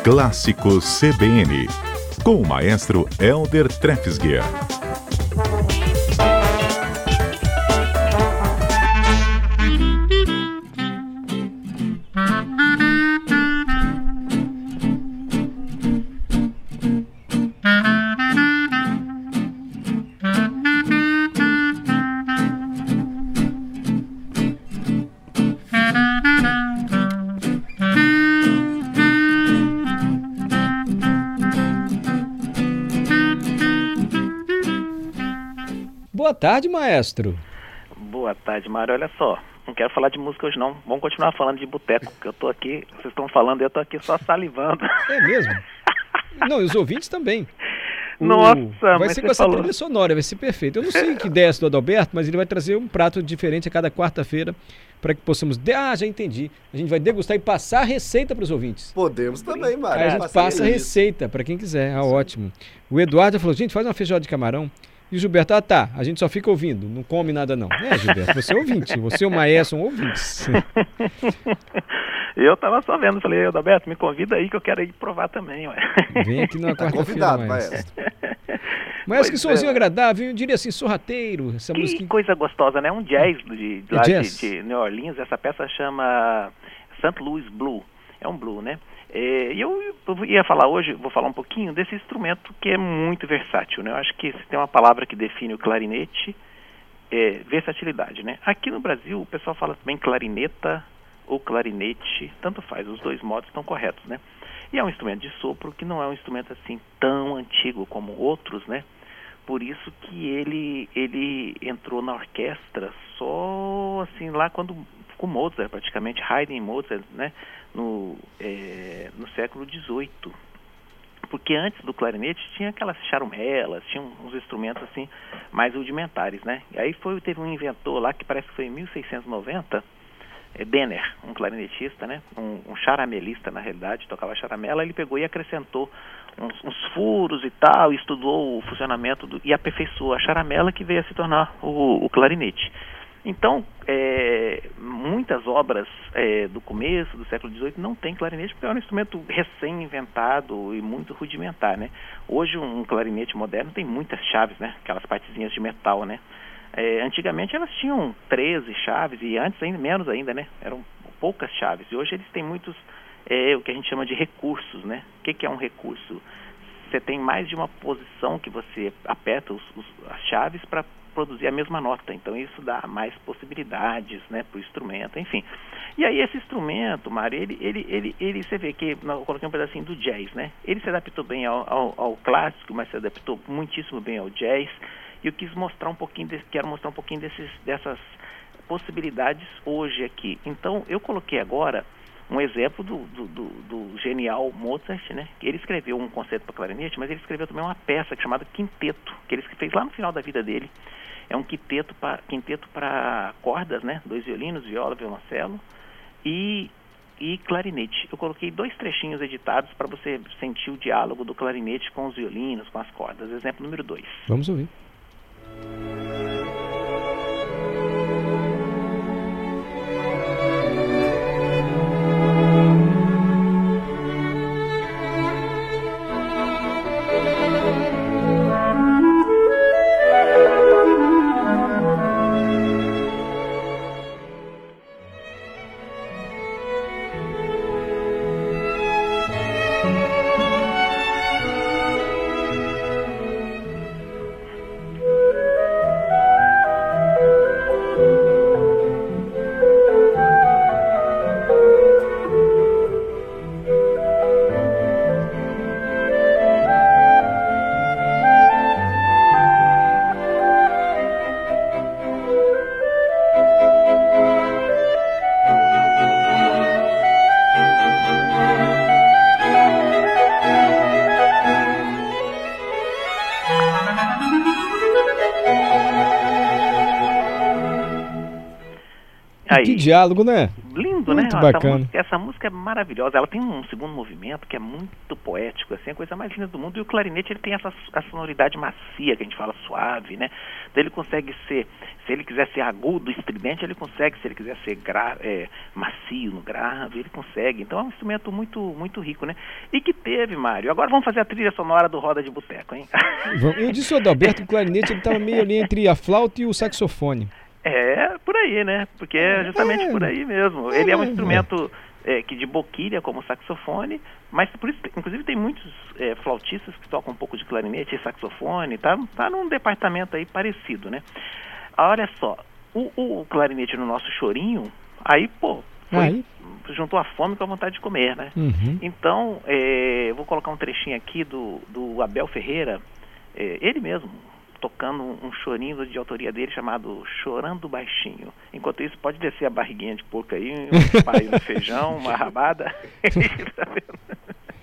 Clássicos CBN, com o maestro Hélder Treffsguer. Boa tarde, maestro. Boa tarde, Mário. Olha só, não quero falar de música hoje não. Vamos continuar falando de boteco, que eu tô aqui, vocês estão falando e eu tô aqui só salivando. É mesmo? Não, e os ouvintes também. Nossa, vai mas ser você com essa falou. trilha sonora, vai ser perfeito. Eu não sei que ideia é essa do Adalberto, mas ele vai trazer um prato diferente a cada quarta-feira para que possamos... já entendi. A gente vai degustar e passar a receita para os ouvintes. Podemos também, Mário. Aí a gente passa a receita para quem quiser. Ótimo. O Eduardo falou, gente, faz uma feijoada de camarão. E o Gilberto, a gente só fica ouvindo, não come nada não. Gilberto, você é ouvinte, você é o maestro, são ouvintes. Eu tava só vendo, falei, Adalberto, me convida aí que eu quero ir provar também, ué. Vem aqui na quarta-feira, convidado, maestro. Mas que sonzinho agradável, eu diria assim, sorrateiro. Essa Que música... coisa gostosa, né? Um jazz lá jazz? de New Orleans, essa peça chama St. Louis Blue, é um blue, né? E eu ia falar hoje, vou falar um pouquinho desse instrumento que é muito versátil, né? Eu acho que se tem uma palavra que define o clarinete, é versatilidade, né? Aqui no Brasil o pessoal fala também clarineta ou clarinete, tanto faz, os dois modos estão corretos, né? E é um instrumento de sopro que não é um instrumento assim tão antigo como outros, né? Por isso que ele entrou na orquestra só assim lá quando com Mozart, praticamente, Haydn e Mozart, né? No século XVIII. Porque antes do clarinete tinha aquelas charumelas, tinha uns instrumentos assim mais rudimentares, né? E aí teve um inventor lá que parece que foi em 1690, Denner, um clarinetista, né? Um charamelista na realidade, tocava charamela, ele pegou e acrescentou uns furos e tal, estudou o funcionamento e aperfeiçoou a charamela que veio a se tornar o clarinete. Então, muitas obras do começo do século XVIII não tem clarinete porque é um instrumento recém-inventado e muito rudimentar, né? Hoje um clarinete moderno tem muitas chaves, né? Aquelas partezinhas de metal, né? Antigamente elas tinham 13 chaves e antes ainda menos ainda, né? Eram poucas chaves e hoje eles têm muitos, o que a gente chama de recursos, né? O que é um recurso? Você tem mais de uma posição que você aperta as chaves para produzir a mesma nota, então isso dá mais possibilidades, né, para o instrumento, enfim. E aí esse instrumento, Mário, ele você vê que, eu coloquei um pedacinho do jazz, né, ele se adaptou bem ao clássico, mas se adaptou muitíssimo bem ao jazz, e eu quero mostrar um pouquinho dessas possibilidades hoje aqui. Então, eu coloquei agora um exemplo do genial Mozart, né? Ele escreveu um concerto para clarinete, mas ele escreveu também uma peça chamada Quinteto, que ele fez lá no final da vida dele. É um quinteto para cordas, né? 2 violinos, viola, violoncelo e clarinete. Eu coloquei 2 trechinhos editados para você sentir o diálogo do clarinete com os violinos, com as cordas. Exemplo número 2. Vamos ouvir. Aí, que diálogo, né? lindo, né? Muito bacana. Essa música é maravilhosa. Ela tem um segundo movimento que é muito poético, assim, a coisa mais linda do mundo. E o clarinete, ele tem a sonoridade macia, que a gente fala suave, né? Então ele consegue ser, se ele quiser ser agudo, estridente, ele consegue. Se ele quiser ser macio no grave, ele consegue. Então é um instrumento muito, muito rico, né? E que teve, Mário. Agora vamos fazer a trilha sonora do Roda de Boteco, hein? Eu disse ao Adalberto que o clarinete ele estava meio ali entre a flauta e o saxofone. É, por aí, né? Porque é justamente por aí mesmo. Ele é um instrumento que de boquilha, como o saxofone, mas por isso, inclusive, tem muitos flautistas que tocam um pouco de clarinete e saxofone, tá num departamento aí parecido, né? Olha só, o clarinete no nosso chorinho, aí, juntou a fome com a vontade de comer, né? Uhum. Então, eu vou colocar um trechinho aqui do Abel Ferreira, ele mesmo, tocando um chorinho de autoria dele chamado Chorando Baixinho. Enquanto isso, pode descer a barriguinha de porco aí, um paio no feijão, uma rabada. Tá vendo?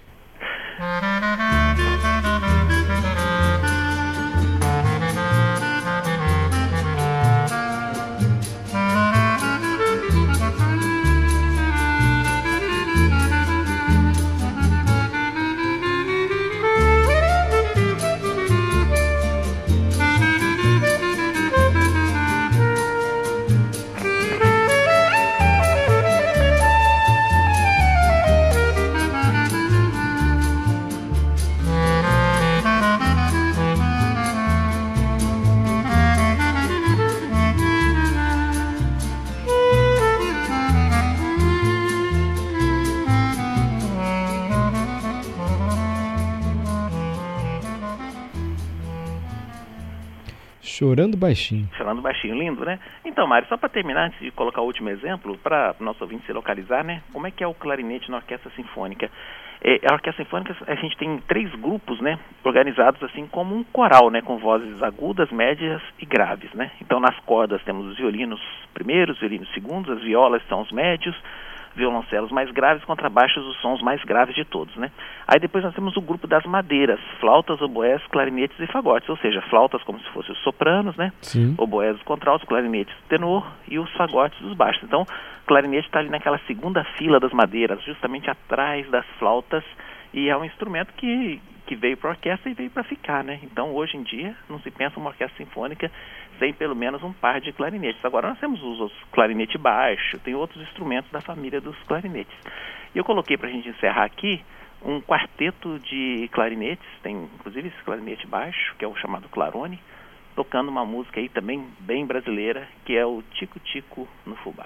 Chorando Baixinho. Chorando Baixinho, lindo, né? Então, Mário, só para terminar, antes de colocar o último exemplo, para o nosso ouvinte se localizar, né? Como é que é o clarinete na orquestra sinfônica? A orquestra sinfônica, a gente tem 3 grupos, né? Organizados assim como um coral, né? Com vozes agudas, médias e graves, né? Então, nas cordas temos os violinos primeiros, violinos segundos, as violas são os médios, violoncelos mais graves, contrabaixos os sons mais graves de todos, né? Aí depois nós temos o grupo das madeiras, flautas, oboés, clarinetes e fagotes, ou seja, flautas como se fossem os sopranos, né? Sim. Oboés os contraltos, clarinetes tenor e os fagotes os baixos. Então, o clarinete está ali naquela segunda fila das madeiras, justamente atrás das flautas, e é um instrumento que veio para a orquestra e veio para ficar, né? Então, hoje em dia, não se pensa uma orquestra sinfônica sem pelo menos um par de clarinetes. Agora nós temos os clarinete baixo, tem outros instrumentos da família dos clarinetes. E eu coloquei para a gente encerrar aqui um quarteto de clarinetes, tem inclusive esse clarinete baixo, que é o chamado clarone, tocando uma música aí também bem brasileira, que é o Tico Tico no Fubá.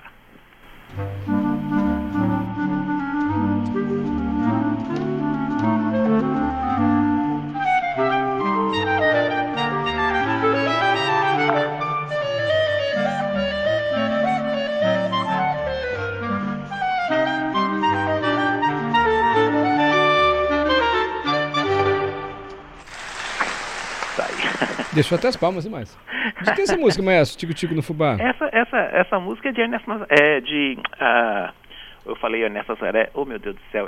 Deixou até as palmas e mais. De que é essa música, maestro? Tico Tico no Fubá? Essa música é de Ernesto Nazaré. Eu falei Ernesto Nazaré. Oh, meu Deus do céu.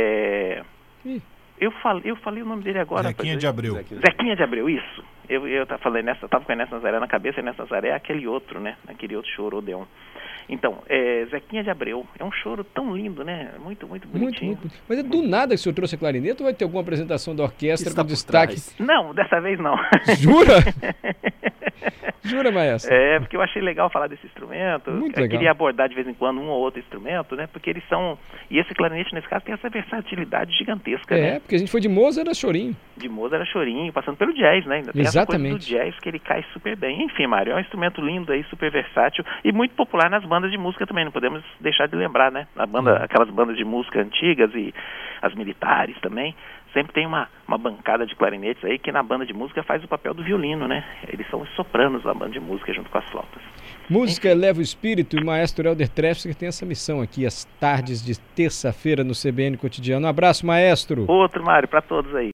Eu falei o nome dele agora. Zequinha de Abreu. Zequinha de Abreu, isso. Eu tava com Ernesto Nazaré na cabeça. Ernesto Nazaré é aquele outro, né? Aquele outro choro, Odeon. Então, Zequinha de Abreu. É um choro tão lindo, né? Muito, muito bonitinho. Muito. Mas é do nada que o senhor trouxe a clarinete ou vai ter alguma apresentação da orquestra com destaque? Não, dessa vez não. Jura? Jura, maestro? Porque eu achei legal falar desse instrumento. Muito eu legal. queria abordar de vez em quando um ou outro instrumento, né? Porque eles são... E esse clarinete, nesse caso, tem essa versatilidade gigantesca, né? Porque a gente foi de Mozart era chorinho. De Mozart era chorinho, passando pelo jazz, né? Ainda tem Exatamente. essa coisa do jazz que ele cai super bem. Enfim, Mário, é um instrumento lindo aí, super versátil e muito popular nas bandas de música também. Não podemos deixar de lembrar, né? Aquelas bandas de música antigas e as militares também. Sempre tem uma bancada de clarinetes aí que na banda de música faz o papel do violino, né? Eles são os sopranos da banda de música junto com as flautas. Música eleva o espírito e o maestro Helder Treffs tem essa missão aqui, às tardes de terça-feira no CBN Cotidiano. Um abraço, maestro. Outro, Mário, para todos aí.